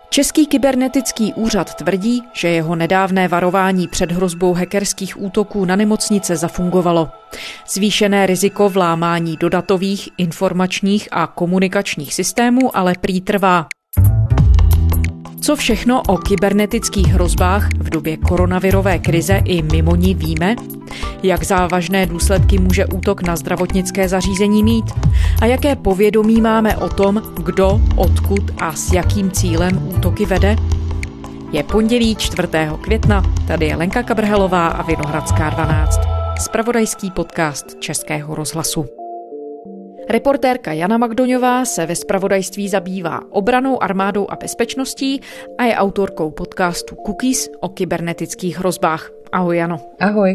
Český kybernetický úřad tvrdí, že jeho nedávné varování před hrozbou hackerských útoků na nemocnice zafungovalo. Zvýšené riziko vlámání do datových, informačních a komunikačních systémů ale prý trvá. Co všechno o kybernetických hrozbách v době koronavirové krize i mimo ní víme? Jak závažné důsledky může útok na zdravotnické zařízení mít? A jaké povědomí máme o tom, kdo, odkud a s jakým cílem útoky vede? Je pondělí 4. května, tady je Lenka Kabrhelová a Vinohradská 12. Zpravodajský podcast Českého rozhlasu. Reportérka Jana Magdoňová se ve zpravodajství zabývá obranou, armádou a bezpečností a je autorkou podcastu Cookies o kybernetických hrozbách. Ahoj, Jano. Ahoj.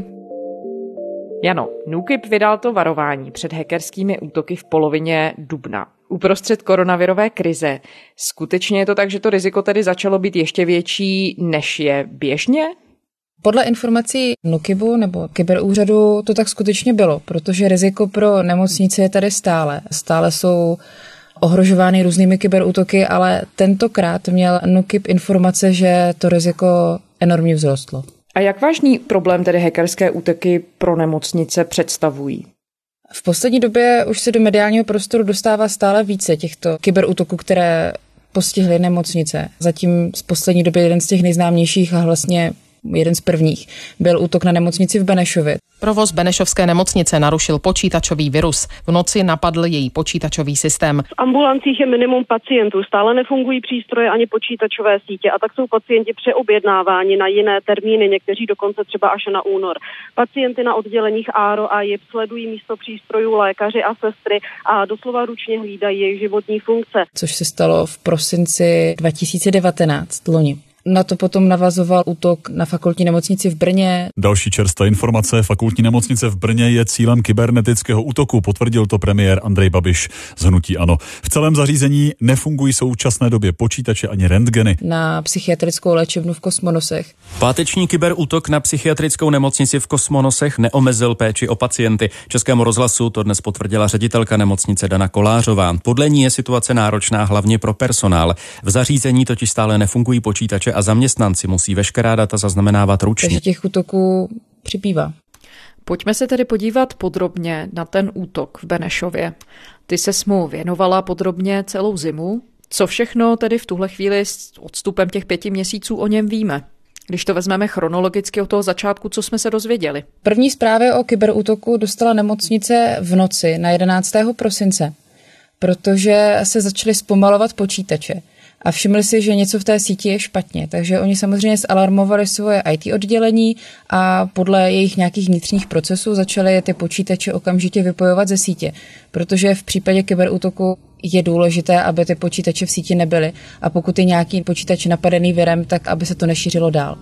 Jano, NÚKIB vydal to varování před hackerskými útoky v polovině dubna. Uprostřed koronavirové krize. Skutečně je to tak, že to riziko tedy začalo být ještě větší, než je běžně? Podle informací NÚKIBu nebo kyberúřadu to tak skutečně bylo, protože riziko pro nemocnice je tady stále. Stále jsou ohrožovány různými kyberútoky, ale tentokrát měl NÚKIB informace, že to riziko enormně vzrostlo. A jak vážný problém tedy hackerské útoky pro nemocnice představují? V poslední době už se do mediálního prostoru dostává stále více těchto kyberútoků, které postihly nemocnice. Zatím z poslední doby jeden z těch nejznámějších a vlastně jeden z prvních byl útok na nemocnici v Benešově. Provoz benešovské nemocnice narušil počítačový virus. V noci napadl její počítačový systém. V ambulancích je minimum pacientů, stále nefungují přístroje ani počítačové sítě a tak jsou pacienti přeobjednáváni na jiné termíny, někteří dokonce třeba až na únor. Pacienty na odděleních ARO a JIP sledují místo přístrojů lékaři a sestry a doslova ručně hlídají jejich životní funkce. Což se stalo v prosinci 2019, loni. Na to potom navazoval útok na fakultní nemocnici v Brně. Další čerstvá informace. Fakultní nemocnice v Brně je cílem kybernetického útoku, potvrdil to premiér Andrej Babiš z hnutí ANO. V celém zařízení nefungují v současné době počítače ani rentgeny. Na psychiatrickou léčebnu v Kosmonosech. Páteční kyberútok na psychiatrickou nemocnici v Kosmonosech neomezil péči o pacienty. Českému rozhlasu to dnes potvrdila ředitelka nemocnice Dana Kolářová. Podle ní je situace náročná hlavně pro personál. V zařízení totiž stále nefungují počítače a zaměstnanci musí veškerá data zaznamenávat ručně. Takže těch útoků přibývá. Pojďme se tedy podívat podrobně na ten útok v Benešově. Ty ses mu věnovala podrobně celou zimu. Co všechno tedy v tuhle chvíli s odstupem těch 5 měsíců o něm víme? Když to vezmeme chronologicky od toho začátku, co jsme se dozvěděli? První zprávy o kyberútoku dostala nemocnice v noci na 11. prosince, protože se začaly zpomalovat počítače. A všimli si, že něco v té síti je špatně, takže oni samozřejmě zalarmovali svoje IT oddělení a podle jejich nějakých vnitřních procesů začali ty počítače okamžitě vypojovat ze sítě, protože v případě kyberútoku je důležité, aby ty počítače v síti nebyly a pokud je nějaký počítač napadený virem, tak aby se to nešířilo dál.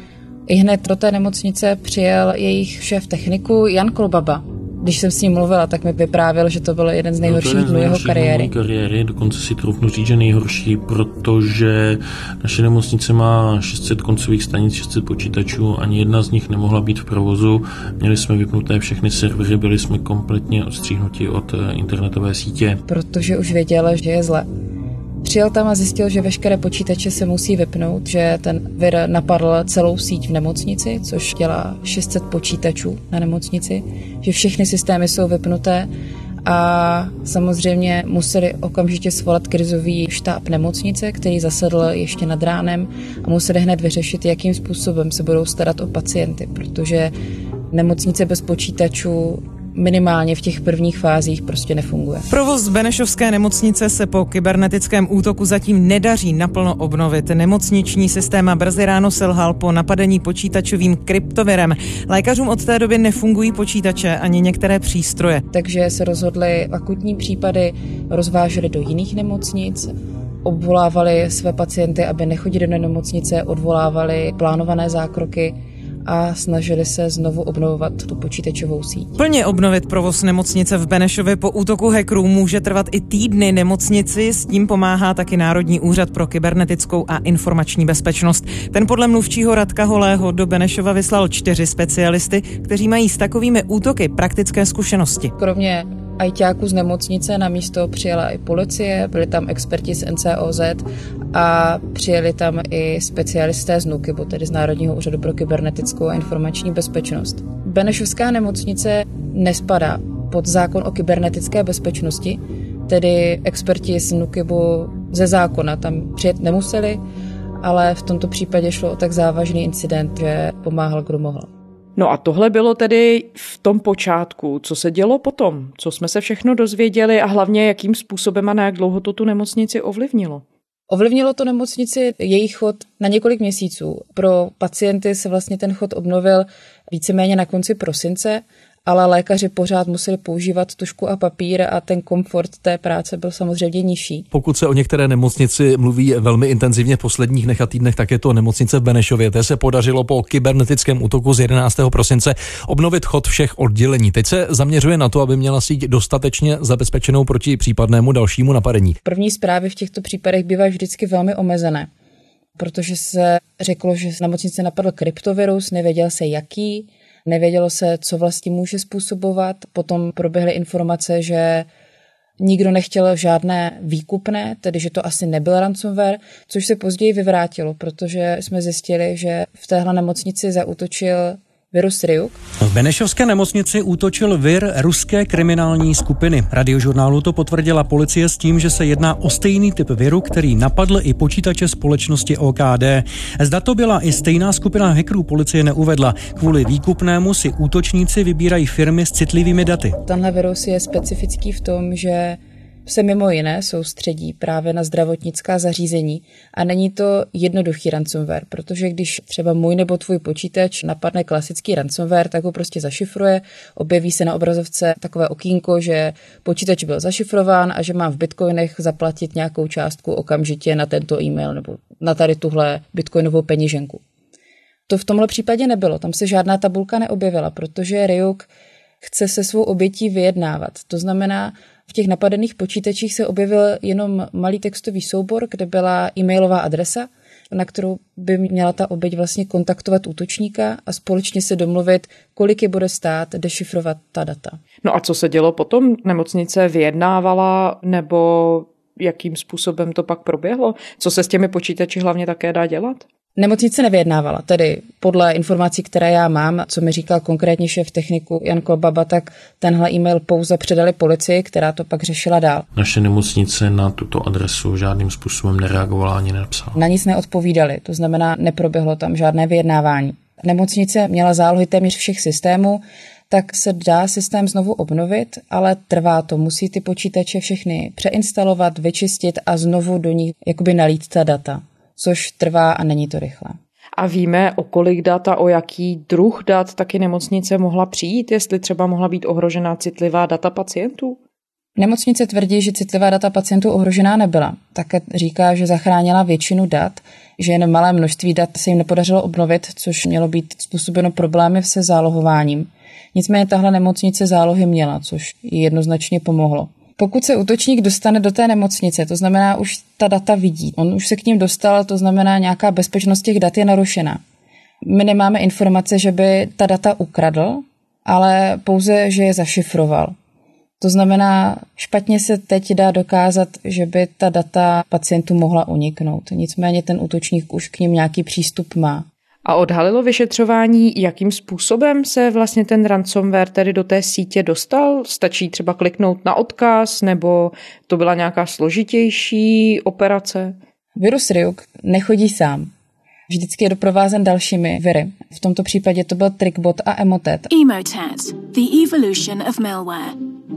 I hned do té nemocnice přijel jejich šéf techniku Jan Kolbaba. Když jsem s ním mluvila, tak mi vyprávěl, že to byl jeden z nejhorších dnů jeho kariéry. Dokonce si troufnu říct, že nejhorší, protože naše nemocnice má 600 koncových stanic, 600 počítačů, ani jedna z nich nemohla být v provozu. Měli jsme vypnuté všechny servery, byli jsme kompletně odstříhnuti od internetové sítě. Protože už věděl, že je zle. Přijel tam a zjistil, že veškeré počítače se musí vypnout, že ten vir napadl celou síť v nemocnici, což dělá 600 počítačů na nemocnici, že všechny systémy jsou vypnuté a samozřejmě museli okamžitě svolat krizový štáb nemocnice, který zasedl ještě nad ránem a museli hned vyřešit, jakým způsobem se budou starat o pacienty, protože nemocnice bez počítačů minimálně v těch prvních fázích prostě nefunguje. Provoz benešovské nemocnice se po kybernetickém útoku zatím nedaří naplno obnovit. Nemocniční systém brzy ráno selhal po napadení počítačovým kryptovirem. Lékařům od té doby nefungují počítače ani některé přístroje. Takže se rozhodli akutní případy rozváželi do jiných nemocnic, obvolávali své pacienty, aby nechodili do nemocnice, odvolávali plánované zákroky a snažili se znovu obnovovat tu počítačovou síť. Plně obnovit provoz nemocnice v Benešově po útoku hackerů může trvat i týdny. Nemocnici s tím pomáhá taky Národní úřad pro kybernetickou a informační bezpečnost. Ten podle mluvčího Radka Holého do Benešova vyslal 4 specialisty, kteří mají s takovými útoky praktické zkušenosti. Kromě ajťáků z nemocnice na místo přijela i policie, byli tam experti z NCOZ a přijeli tam i specialisté z NÚKIBu, tedy z Národního úřadu pro kybernetickou a informační bezpečnost. Benešovská nemocnice nespadá pod zákon o kybernetické bezpečnosti, tedy experti z NÚKIBu ze zákona tam přijet nemuseli, ale v tomto případě šlo o tak závažný incident, že pomáhal, kdo mohl. No a tohle bylo tedy v tom počátku. Co se dělo potom? Co jsme se všechno dozvěděli a hlavně jakým způsobem a na jak dlouho to tu nemocnici ovlivnilo? Ovlivnilo to nemocnici její chod na několik měsíců. Pro pacienty se vlastně ten chod obnovil víceméně na konci prosince, ale lékaři pořád museli používat tužku a papír a ten komfort té práce byl samozřejmě nižší. Pokud se o některé nemocnici mluví velmi intenzivně v posledních dnech a týdnech, tak je to nemocnice v Benešově. Té se podařilo po kybernetickém útoku z 11. prosince obnovit chod všech oddělení. Teď se zaměřuje na to, aby měla síť dostatečně zabezpečenou proti případnému dalšímu napadení. První zprávy v těchto případech bývají vždycky velmi omezené, protože se řeklo, že nemocnice napadl kryptovirus, nevěděl se jaký, nevědělo se, co vlastně může způsobovat. Potom proběhly informace, že nikdo nechtěl žádné výkupné, tedy že to asi nebyl ransomware, což se později vyvrátilo, protože jsme zjistili, že v téhle nemocnici zaútočil virus Ryuk. V Benešovské nemocnici útočil vir ruské kriminální skupiny. Radiožurnálu to potvrdila policie s tím, že se jedná o stejný typ viru, který napadl i počítače společnosti OKD. Zda to byla i stejná skupina hackerů, policie neuvedla. Kvůli výkupnému si útočníci vybírají firmy s citlivými daty. Tenhle virus je specifický v tom, že se mimo jiné soustředí právě na zdravotnická zařízení a není to jednoduchý ransomware, protože když třeba můj nebo tvůj počítač napadne klasický ransomware, tak ho prostě zašifruje, objeví se na obrazovce takové okýnko, že počítač byl zašifrován a že mám v bitcoinech zaplatit nějakou částku okamžitě na tento e-mail nebo na tady tuhle bitcoinovou peněženku. To v tomhle případě nebylo, tam se žádná tabulka neobjevila, protože Ryuk chce se svou obětí vyjednávat. To znamená, v těch napadených počítačích se objevil jenom malý textový soubor, kde byla e-mailová adresa, na kterou by měla ta oběť vlastně kontaktovat útočníka a společně se domluvit, kolik je bude stát dešifrovat ta data. No a co se dělo potom? Nemocnice vyjednávala nebo jakým způsobem to pak proběhlo? Co se s těmi počítači hlavně také dá dělat? Nemocnice nevyjednávala, tedy podle informací, které já mám, co mi říkal konkrétně šéf techniku Jan Kolbaba, tak tenhle e-mail pouze předali policii, která to pak řešila dál. Naše nemocnice na tuto adresu žádným způsobem nereagovala ani nenapsala. Na nic neodpovídali, to znamená, neproběhlo tam žádné vyjednávání. Nemocnice měla zálohy téměř všech systémů, tak se dá systém znovu obnovit, ale trvá to. Musí ty počítače všechny přeinstalovat, vyčistit a znovu do nich jakoby nalít ta data, což trvá a není to rychle. A víme, o kolik dat a o jaký druh dat taky nemocnice mohla přijít, jestli třeba mohla být ohrožená citlivá data pacientů? Nemocnice tvrdí, že citlivá data pacientů ohrožená nebyla. Také říká, že zachránila většinu dat, že jen malé množství dat se jim nepodařilo obnovit, což mělo být způsobeno problémy se zálohováním. Nicméně tahle nemocnice zálohy měla, což jí jednoznačně pomohlo. Pokud se útočník dostane do té nemocnice, to znamená, už ta data vidí. On už se k ním dostal, to znamená, nějaká bezpečnost těch dat je narušena. My nemáme informace, že by ta data ukradl, ale pouze, že je zašifroval. To znamená, špatně se teď dá dokázat, že by ta data pacientů mohla uniknout. Nicméně ten útočník už k nim nějaký přístup má. A odhalilo vyšetřování, jakým způsobem se vlastně ten ransomware tedy do té sítě dostal? Stačí třeba kliknout na odkaz, nebo to byla nějaká složitější operace? Virus Ryuk nechodí sám. Vždycky je doprovázen dalšími viry. V tomto případě to byl Trickbot a Emotet. Emotet, the evolution of malware.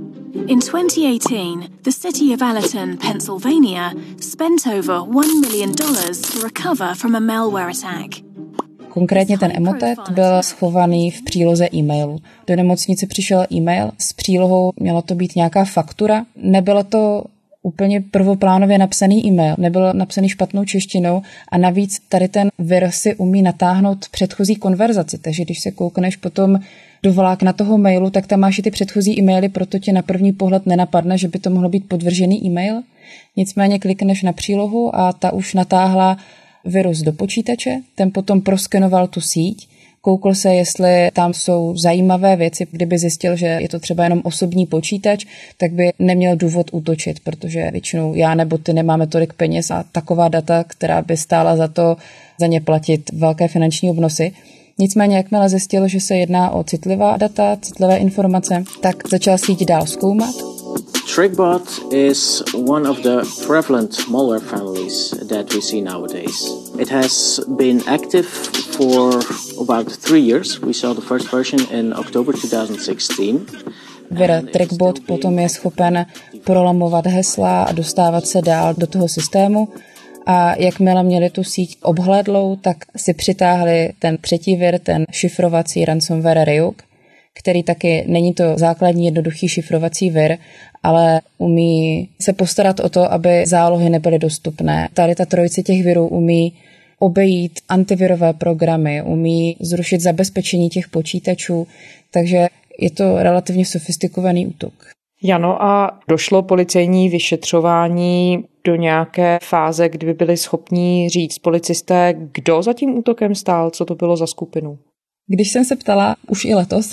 In 2018, the city of Allerton, Pennsylvania, spent over $1 million to recover from a malware attack. Konkrétně ten Emotet byl schovaný v příloze e-mailu. Do nemocnice přišel e-mail s přílohou, měla to být nějaká faktura. Nebylo to úplně prvoplánově napsaný e-mail, nebyl napsaný špatnou češtinou a navíc tady ten vir si umí natáhnout předchozí konverzaci, takže když se koukneš potom do vlákna toho mailu, tak tam máš i ty předchozí e-maily, proto tě na první pohled nenapadne, že by to mohlo být podvržený e-mail. Nicméně klikneš na přílohu a ta už natáhla virus do počítače, ten potom proskenoval tu síť, koukl se, jestli tam jsou zajímavé věci. Kdyby zjistil, že je to třeba jenom osobní počítač, tak by neměl důvod útočit, protože většinou já nebo ty nemáme tolik peněz a taková data, která by stála za ně platit velké finanční obnosy. Nicméně, jakmile zjistil, že se jedná o citlivá data, citlivé informace, tak začal síť dál zkoumat. TrickBot is one of the prevalent malware families that we see nowadays. It has been active for about 3 years. We saw the first version in October 2016. Vir TrickBot potom je schopen prolamovat hesla a dostávat se dál do toho systému. A jakmile měli tu síť obhledlou, tak si přitáhli ten třetí vir, ten šifrovací ransomware Ryuk, který taky není to základní jednoduchý šifrovací vir, ale umí se postarat o to, aby zálohy nebyly dostupné. Tady ta trojice těch virů umí obejít antivirové programy, umí zrušit zabezpečení těch počítačů, takže je to relativně sofistikovaný útok. Jano, a došlo policejní vyšetřování do nějaké fáze, kdy by byli schopni říct policisté, kdo za tím útokem stál, co to bylo za skupinu? Když jsem se ptala už i letos,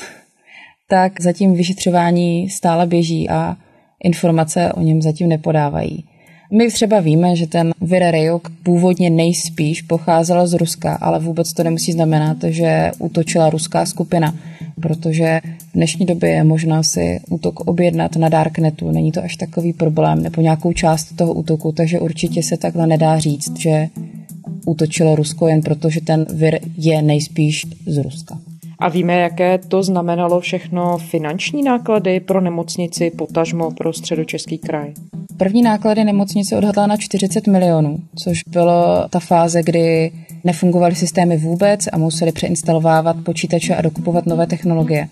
tak zatím vyšetřování stále běží a informace o něm zatím nepodávají. My třeba víme, že ten vir Ryuk původně nejspíš pocházel z Ruska, ale vůbec to nemusí znamenat, že útočila ruská skupina, protože v dnešní době je možno si útok objednat na Darknetu, není to až takový problém, nebo nějakou část toho útoku, takže určitě se takhle nedá říct, že útočilo Rusko jen proto, že ten vir je nejspíš z Ruska. A víme, jaké to znamenalo všechno finanční náklady pro nemocnici, potažmo pro Středočeský kraj? První náklady nemocnice odhadla na 40 milionů, což bylo ta fáze, kdy nefungovaly systémy vůbec a museli přeinstalovávat počítače a dokupovat nové technologie.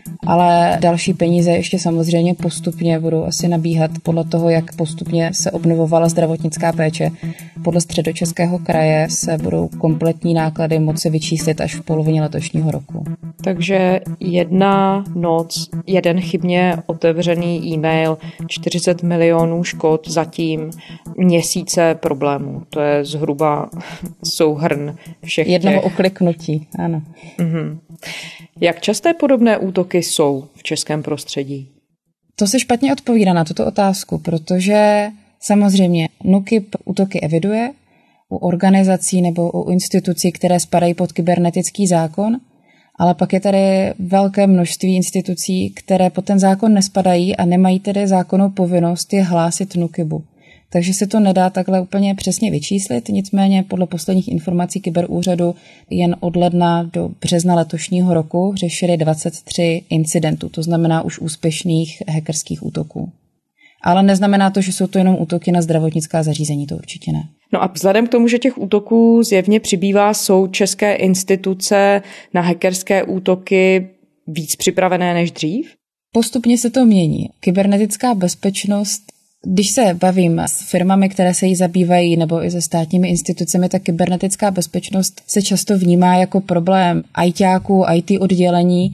Ale další peníze ještě samozřejmě postupně budou asi nabíhat podle toho, jak postupně se obnovovala zdravotnická péče. Podle Středočeského kraje se budou kompletní náklady moci vyčíslit až v polovině letošního roku. Takže jedna noc, jeden chybně otevřený e-mail, 40 milionů škod, zatím měsíce problémů. To je zhruba souhrn všech jednoho ukliknutí, ano. Mhm. Jak časté podobné útoky jsou v českém prostředí? To se špatně odpovídá na tuto otázku, protože samozřejmě NÚKIB útoky eviduje u organizací nebo u institucí, které spadají pod kybernetický zákon, ale pak je tady velké množství institucí, které pod ten zákon nespadají a nemají tedy zákonnou povinnost je hlásit NÚKIBu. Takže se to nedá takhle úplně přesně vyčíslit, nicméně podle posledních informací Kyberúřadu jen od ledna do března letošního roku řešili 23 incidentů, to znamená už úspěšných hackerských útoků. Ale neznamená to, že jsou to jenom útoky na zdravotnická zařízení, to určitě ne. No a vzhledem k tomu, že těch útoků zjevně přibývá, jsou české instituce na hackerské útoky víc připravené než dřív? Postupně se to mění. Kybernetická bezpečnost, když se bavím s firmami, které se jí zabývají, nebo i se státními institucemi, tak kybernetická bezpečnost se často vnímá jako problém ITáků, IT oddělení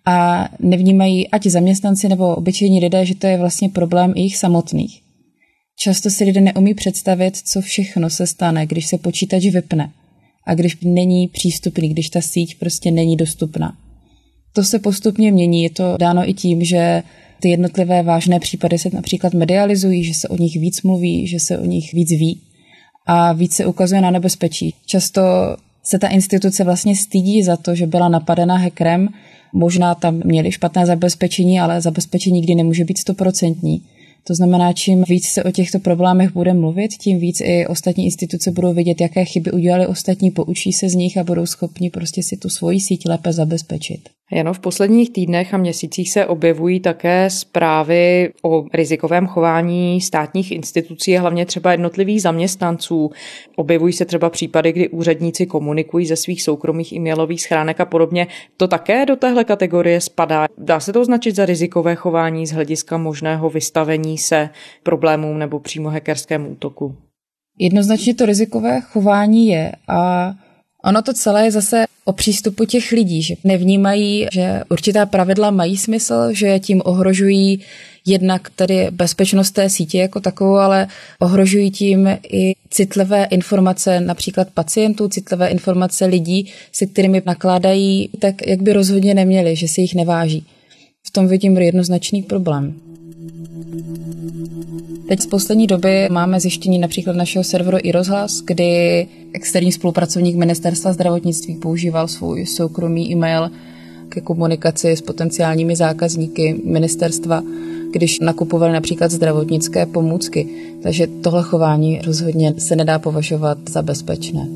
a nevnímají ať zaměstnanci nebo obyčejní lidé, že to je vlastně problém i jich samotných. Často si lidé neumí představit, co všechno se stane, když se počítač vypne a když není přístupný, když ta síť prostě není dostupná. To se postupně mění, je to dáno i tím, že ty jednotlivé vážné případy se například medializují, že se o nich víc mluví, že se o nich víc ví a víc se ukazuje na nebezpečí. Často se ta instituce vlastně stydí za to, že byla napadena hackerem, možná tam měli špatné zabezpečení, ale zabezpečení nikdy nemůže být 100%. To znamená, čím víc se o těchto problémech bude mluvit, tím víc i ostatní instituce budou vědět, jaké chyby udělali ostatní, poučí se z nich a budou schopni prostě si tu svoji síť lépe zabezpečit. Jen v posledních týdnech a měsících se objevují také zprávy o rizikovém chování státních institucí a hlavně třeba jednotlivých zaměstnanců. Objevují se třeba případy, kdy úředníci komunikují ze svých soukromých e-mailových schránek a podobně. To také do téhle kategorie spadá. Dá se to označit za rizikové chování z hlediska možného vystavení se problémům nebo přímo hackerskému útoku? Jednoznačně to rizikové chování je a ono to celé je zase o přístupu těch lidí, že nevnímají, že určitá pravidla mají smysl, že tím ohrožují jednak tedy bezpečnost té sítě jako takovou, ale ohrožují tím i citlivé informace například pacientů, citlivé informace lidí, se kterými nakládají tak, jak by rozhodně neměli, že si jich neváží. V tom vidím jednoznačný problém. Teď z poslední doby máme zjištění například našeho serveru iRozhlas, kdy externí spolupracovník Ministerstva zdravotnictví používal svůj soukromý e-mail ke komunikaci s potenciálními zákazníky ministerstva, když nakupovali například zdravotnické pomůcky. Takže tohle chování rozhodně se nedá považovat za bezpečné.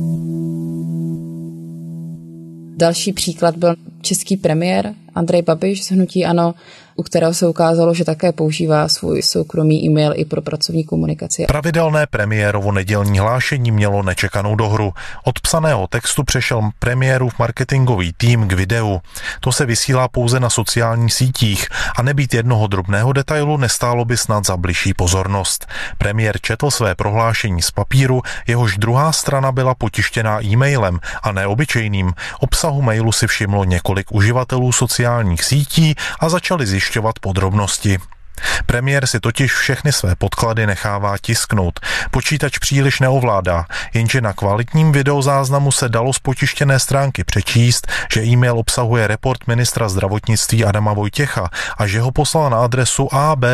Další příklad byl český premiér Andrej Babiš z hnutí ANO, u kterého se ukázalo, že také používá svůj soukromý e-mail i pro pracovní komunikaci. Pravidelné premiérovo nedělní hlášení mělo nečekanou dohru. Od psaného textu přešel premiérův marketingový tým k videu. To se vysílá pouze na sociálních sítích a nebýt jednoho drobného detailu nestálo by snad za bližší pozornost. Premiér četl své prohlášení z papíru, jehož druhá strana byla potištěná e-mailem a neobyčejným. Obsahu mailu si všimlo několik uživatelů sociálních sítí a začali zjišťovat podrobnosti. Premiér si totiž všechny své podklady nechává tisknout. Počítač příliš neovládá, jenže na kvalitním videozáznamu se dalo z potištěné stránky přečíst, že e-mail obsahuje report ministra zdravotnictví Adama Vojtěcha a že ho poslal na adresu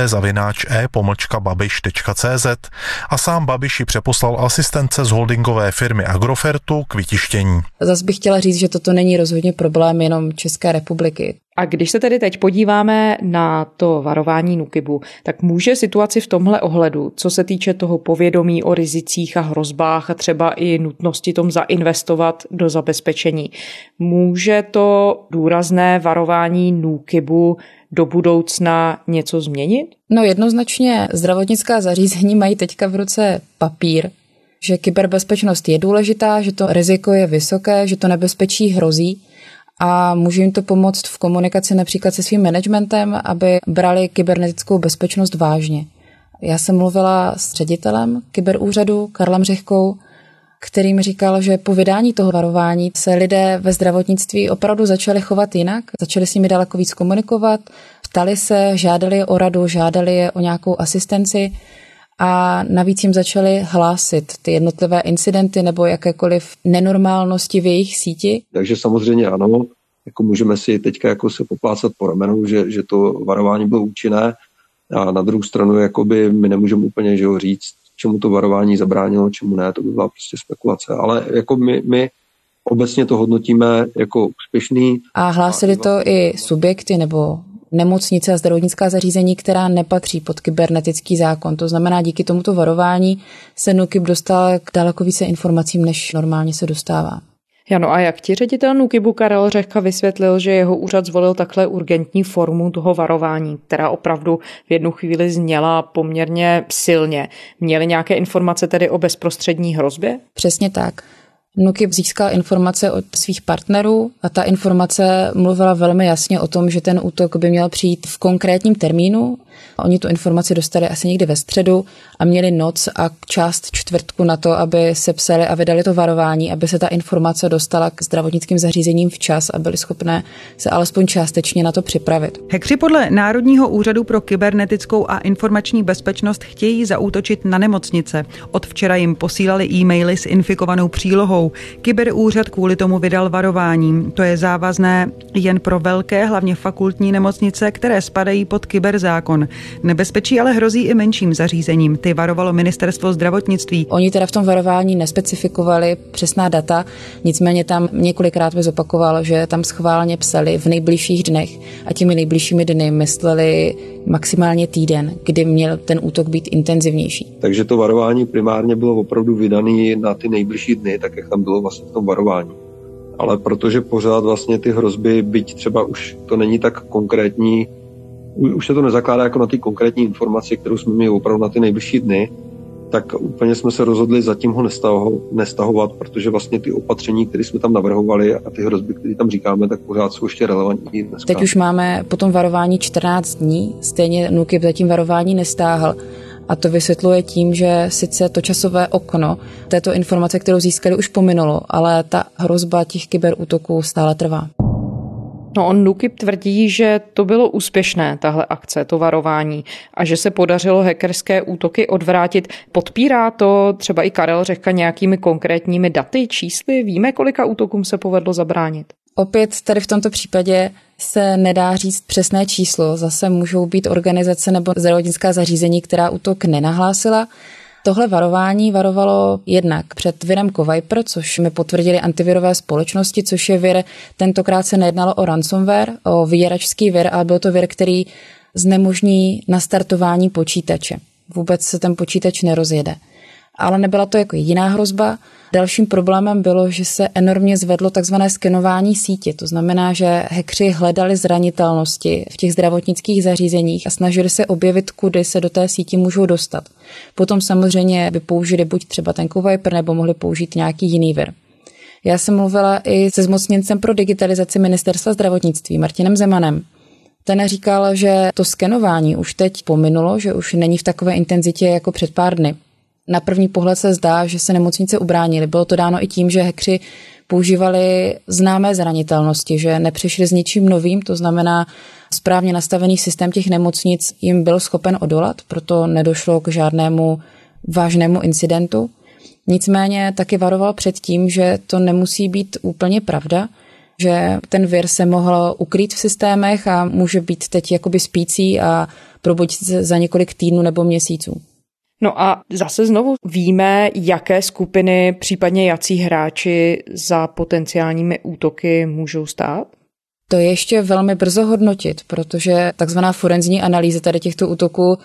ab@e-babiš.cz a sám Babiš ji přeposlal asistentce z holdingové firmy Agrofertu k vytištění. Zas bych chtěla říct, že toto není rozhodně problém jenom České republiky. A když se tedy teď podíváme na to varování NÚKIBu, tak může situaci v tomhle ohledu, co se týče toho povědomí o rizicích a hrozbách a třeba i nutnosti tom zainvestovat do zabezpečení, může to důrazné varování NÚKIBu do budoucna něco změnit? No jednoznačně zdravotnická zařízení mají teďka v ruce papír, že kyberbezpečnost je důležitá, že to riziko je vysoké, že to nebezpečí hrozí. A může jim to pomoct v komunikaci například se svým managementem, aby brali kybernetickou bezpečnost vážně. Já jsem mluvila s ředitelem kyberúřadu Karlem Řehkou, který mi říkal, že po vydání toho varování se lidé ve zdravotnictví opravdu začali chovat jinak, začali s nimi daleko víc komunikovat, ptali se, žádali je o radu, žádali je o nějakou asistenci a navíc jim začali hlásit ty jednotlivé incidenty nebo jakékoliv nenormálnosti v jejich síti. Takže samozřejmě ano, jako můžeme si teďka jako se poplácat po ramenu, že to varování bylo účinné a na druhou stranu jakoby my nemůžeme úplně říct, čemu to varování zabránilo, čemu ne, to by byla prostě spekulace. Ale jako my obecně to hodnotíme jako úspěšný. A hlásili to i subjekty nebo nemocnice a zdravotnická zařízení, která nepatří pod kybernetický zákon. To znamená, díky tomuto varování se NÚKIB dostal k daleko více informacím, než normálně se dostává. Jano, a jak ti ředitel NÚKIBu Karel Řehka vysvětlil, že jeho úřad zvolil takhle urgentní formu toho varování, která opravdu v jednu chvíli zněla poměrně silně? Měli nějaké informace tedy o bezprostřední hrozbě? Přesně tak. NÚKIB získal informace od svých partnerů a ta informace mluvila velmi jasně o tom, že ten útok by měl přijít v konkrétním termínu. Oni tu informaci dostali asi někdy ve středu a měli noc a část čtvrtku na to, aby sepsali a vydali to varování, aby se ta informace dostala k zdravotnickým zařízením včas a byli schopné se alespoň částečně na to připravit. Hackři podle Národního úřadu pro kybernetickou a informační bezpečnost chtějí zaútočit na nemocnice. Od včera jim posílali e-maily s infikovanou přílohou. Kyberúřad kvůli tomu vydal varování. To je závazné jen pro velké, hlavně fakultní nemocnice, které spadají pod kyberzákon. Nebezpečí ale hrozí i menším zařízením. Ty varovalo ministerstvo zdravotnictví. Oni teda v tom varování nespecifikovali přesná data, nicméně tam několikrát by zopakovalo, že tam schválně psali v nejbližších dnech a těmi nejbližšími dny mysleli maximálně týden, kdy měl ten útok být intenzivnější. Takže to varování primárně bylo opravdu vydané na ty nejbližší dny, tak jak tam bylo vlastně v tom varování. Ale protože pořád vlastně ty hrozby, byť třeba už to není tak konkrétní, už se to nezakládá jako na ty konkrétní informace, kterou jsme měli opravdu na ty nejbližší dny, tak úplně jsme se rozhodli zatím ho nestahovat, protože vlastně ty opatření, které jsme tam navrhovali a ty hrozby, které tam říkáme, tak pořád jsou ještě relevantní dneska. Teď už máme po tom varování 14 dní, stejně NÚKIB zatím varování nestáhl. A to vysvětluje tím, že sice to časové okno této informace, kterou získali, už pominulo, ale ta hrozba těch kyberútoků stále trvá. No, on NÚKIB tvrdí, že to bylo úspěšné, tahle akce, to varování, a že se podařilo hackerské útoky odvrátit. Podpírá to třeba i Karel Řehka nějakými konkrétními daty, čísly? Víme, kolika útokům se povedlo zabránit? Opět tady v tomto případě se nedá říct přesné číslo. Zase můžou být organizace nebo zdravotnická zařízení, která útok nenahlásila. Tohle varování varovalo jednak před virem Coviper, což mi potvrdili antivirové společnosti, což je vir, tentokrát se nejednalo o ransomware, o vyděračský vir, ale byl to vir, který znemožní nastartování počítače. Vůbec se ten počítač nerozjede. Ale nebyla to jako jediná hrozba. Dalším problémem bylo, že se enormně zvedlo takzvané skenování sítě. To znamená, že hackři hledali zranitelnosti v těch zdravotnických zařízeních a snažili se objevit, kudy se do té síti můžou dostat. Potom samozřejmě by použili buď třeba ten Coviper, nebo mohli použít nějaký jiný vir. Já jsem mluvila i se zmocněncem pro digitalizaci ministerstva zdravotnictví Martinem Zemanem. Ten říkal, že to skenování už teď pominulo, že už není v takové intenzitě jako před pár dny. Na první pohled se zdá, že se nemocnice ubránily. Bylo to dáno i tím, že hackři používali známé zranitelnosti, že nepřišli s ničím novým, to znamená správně nastavený systém těch nemocnic jim byl schopen odolat, proto nedošlo k žádnému vážnému incidentu. Nicméně taky varoval před tím, že to nemusí být úplně pravda, že ten vir se mohl ukrýt v systémech a může být teď jakoby spící a probudit se za několik týdnů nebo měsíců. No a zase znovu víme, jaké skupiny, případně jací hráči za potenciálními útoky můžou stát? To je ještě velmi brzo hodnotit, protože takzvaná forenzní analýza tady těchto útoků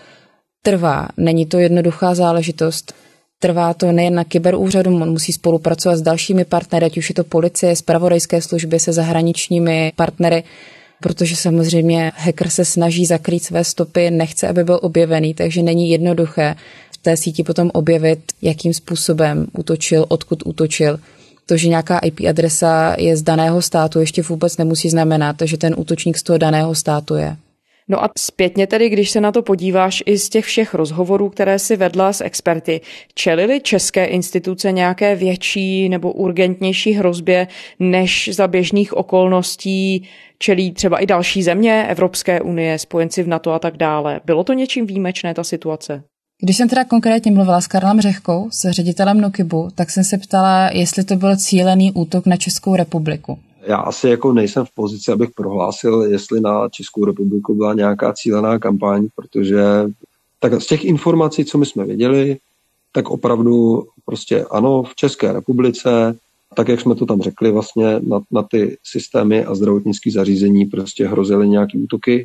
trvá. Není to jednoduchá záležitost. Trvá to nejen na kyberúřadu, on musí spolupracovat s dalšími partnery, ať už je to policie, zpravodajské služby se zahraničními partnery, protože samozřejmě hacker se snaží zakrýt své stopy, nechce, aby byl objevený, takže není jednoduché v té síti potom objevit, jakým způsobem útočil, odkud útočil. To, že nějaká IP adresa je z daného státu, ještě vůbec nemusí znamenat, že ten útočník z toho daného státu je. No a zpětně tedy, když se na to podíváš i z těch všech rozhovorů, které si vedla s experty, čelily české instituce nějaké větší nebo urgentnější hrozbě, než za běžných okolností čelí třeba i další země Evropské unie, spojenci v NATO a tak dále? Bylo to něčím výjimečné, ta situace? Když jsem teda konkrétně mluvila s Karlem Řehkou, s ředitelem NÚKIBu, tak jsem se ptala, jestli to byl cílený útok na Českou republiku. Já asi jako nejsem v pozici, abych prohlásil, jestli na Českou republiku byla nějaká cílená kampaň, protože tak z těch informací, co my jsme viděli, tak opravdu prostě ano, v České republice, tak jak jsme to tam řekli, vlastně na ty systémy a zdravotnické zařízení prostě hrozily nějaké útoky,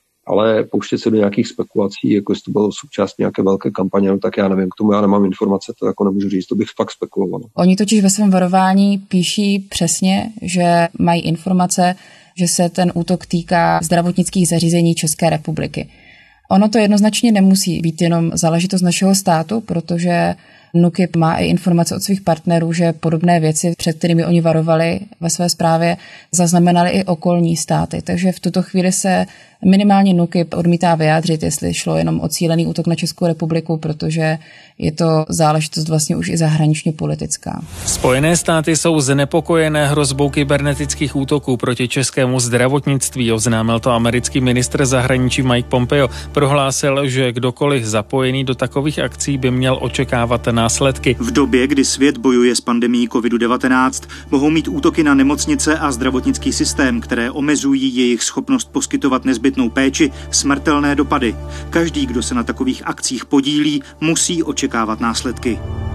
ale pouštět se do nějakých spekulací, jako jestli to bylo součást nějaké velké kampaně, tak já nevím, k tomu já nemám informace, to jako nemůžu říct, to bych fakt spekuloval. Oni totiž ve svém varování píší přesně, že mají informace, že se ten útok týká zdravotnických zařízení České republiky. Ono to jednoznačně nemusí být jenom záležitost našeho státu, protože NÚKIB má i informace od svých partnerů, že podobné věci, před kterými oni varovali ve své zprávě, zaznamenali i okolní státy. Takže v tuto chvíli se minimálně NÚKIB odmítá vyjádřit, jestli šlo jenom o cílený útok na Českou republiku, protože je to záležitost vlastně už i zahraničně politická. Spojené státy jsou znepokojené hrozbou kybernetických útoků proti českému zdravotnictví, oznámil to americký ministr zahraničí Mike Pompeo. Prohlásil, že kdokoliv zapojený do takových akcí by měl očekávat následky. V době, kdy svět bojuje s pandemií COVID-19, mohou mít útoky na nemocnice a zdravotnický systém, které omezují jejich schopnost poskytovat nezbytnou péči, smrtelné dopady. Každý, kdo se na takových akcích podílí, musí očekávat následky.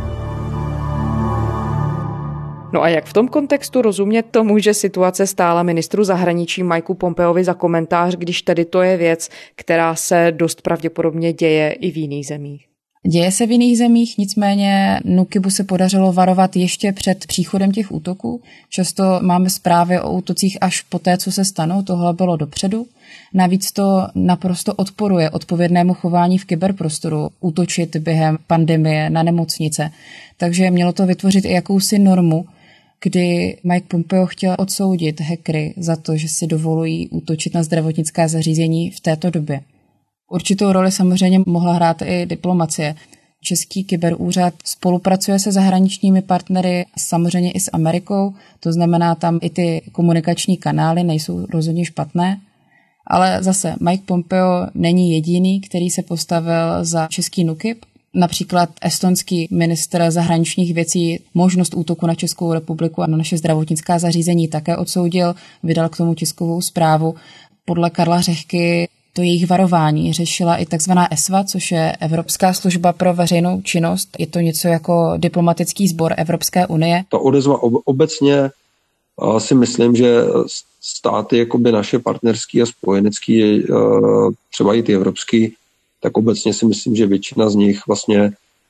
No a jak v tom kontextu rozumět tomu, že situace stála ministru zahraničí Mikeu Pompeovi za komentář, když tedy to je věc, která se dost pravděpodobně děje i v jiných zemích? Děje se v jiných zemích, nicméně NÚKIBu se podařilo varovat ještě před příchodem těch útoků. Často máme zprávy o útocích až po té, co se stanou, tohle bylo dopředu. Navíc to naprosto odporuje odpovědnému chování v kyberprostoru, útočit během pandemie na nemocnice. Takže mělo to vytvořit i jakousi normu, kdy Mike Pompeo chtěl odsoudit hackery za to, že si dovolují útočit na zdravotnická zařízení v této době. Určitou roli samozřejmě mohla hrát i diplomacie. Český kyberúřad spolupracuje se zahraničními partnery, samozřejmě i s Amerikou, to znamená, tam i ty komunikační kanály nejsou rozhodně špatné. Ale zase Mike Pompeo není jediný, který se postavil za český NÚKIB. Například estonský ministr zahraničních věcí možnost útoku na Českou republiku a na naše zdravotnická zařízení také odsoudil, vydal k tomu tiskovou zprávu. Podle Karla Řehky to jejich varování řešila i takzvaná ESVA, což je Evropská služba pro veřejnou činnost. Je to něco jako diplomatický sbor Evropské unie. Ta odezva obecně si myslím, že státy jakoby naše partnerský a spojenecký, třeba i ty evropský, tak obecně si myslím, že většina z nich vlastně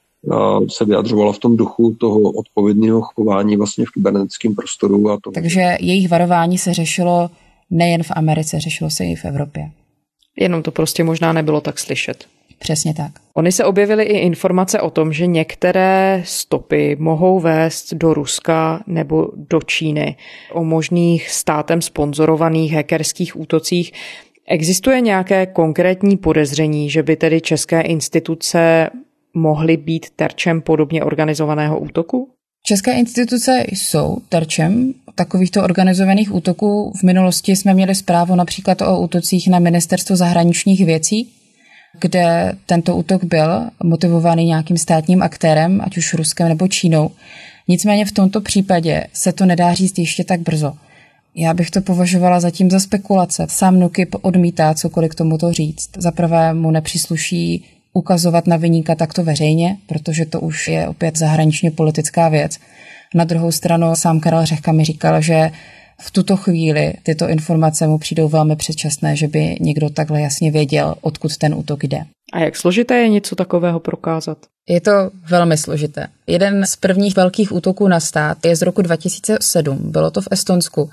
se vyjadřovala v tom duchu toho odpovědného chování vlastně v kybernetickém prostoru. A Takže jejich varování se řešilo nejen v Americe, řešilo se i v Evropě. Jenom to prostě možná nebylo tak slyšet. Přesně tak. Ony se objevily i informace o tom, že některé stopy mohou vést do Ruska nebo do Číny. O možných státem sponzorovaných hackerských útocích. Existuje nějaké konkrétní podezření, že by tedy české instituce mohly být terčem podobně organizovaného útoku? České instituce jsou terčem takovýchto organizovaných útoků. V minulosti jsme měli zprávu například o útocích na Ministerstvo zahraničních věcí, kde tento útok byl motivovaný nějakým státním aktérem, ať už Ruskem nebo Čínou. Nicméně v tomto případě se to nedá říct ještě tak brzo. Já bych to považovala zatím za spekulace. Sám NÚKIB odmítá cokoliv k tomuto říct. Za prvé mu nepřísluší ukazovat na viníka takto veřejně, protože to už je opět zahraničně politická věc. Na druhou stranu sám Karel Řehka mi říkal, že v tuto chvíli tyto informace mu přijdou velmi předčasné, že by někdo takhle jasně věděl, odkud ten útok jde. A jak složité je něco takového prokázat? Je to velmi složité. Jeden z prvních velkých útoků na stát je z roku 2007. Bylo to v Estonsku.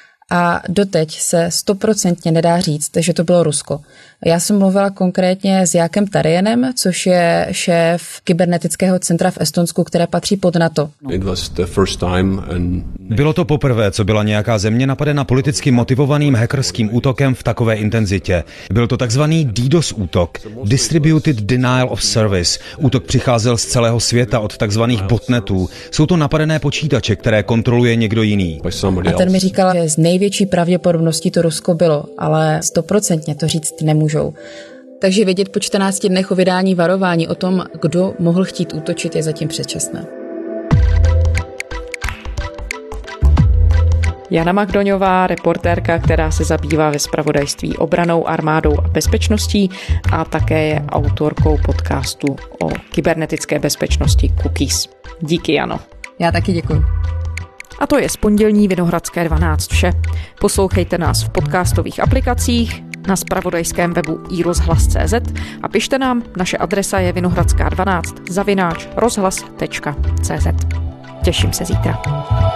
A doteď se 100% nedá říct, že to bylo Rusko. Já jsem mluvila konkrétně s Jákem Tarijenem, což je šéf kybernetického centra v Estonsku, které patří pod NATO. Bylo to poprvé, co byla nějaká země napadena politicky motivovaným hackerským útokem v takové intenzitě. Byl to takzvaný DDoS útok, Distributed Denial of Service. Útok přicházel z celého světa od takzvaných botnetů. Jsou to napadené počítače, které kontroluje někdo jiný. A ten mi říkal, že z největší pravděpodobností to Rusko bylo, ale 100% to říct nemůžou. Takže vědět po 14 dnech o vydání varování o tom, kdo mohl chtít útočit, je zatím předčasné. Jana Magdoňová, reportérka, která se zabývá ve zpravodajství obranou, armádou a bezpečností a také je autorkou podcastu o kybernetické bezpečnosti Cookies. Díky, Jano. Já taky děkuji. A to je z pondělní Vinohradské 12 vše. Poslouchejte nás v podcastových aplikacích, na zpravodajském webu iRozhlas.cz a pište nám, naše adresa je vinohradská12 @rozhlas.cz. Těším se zítra.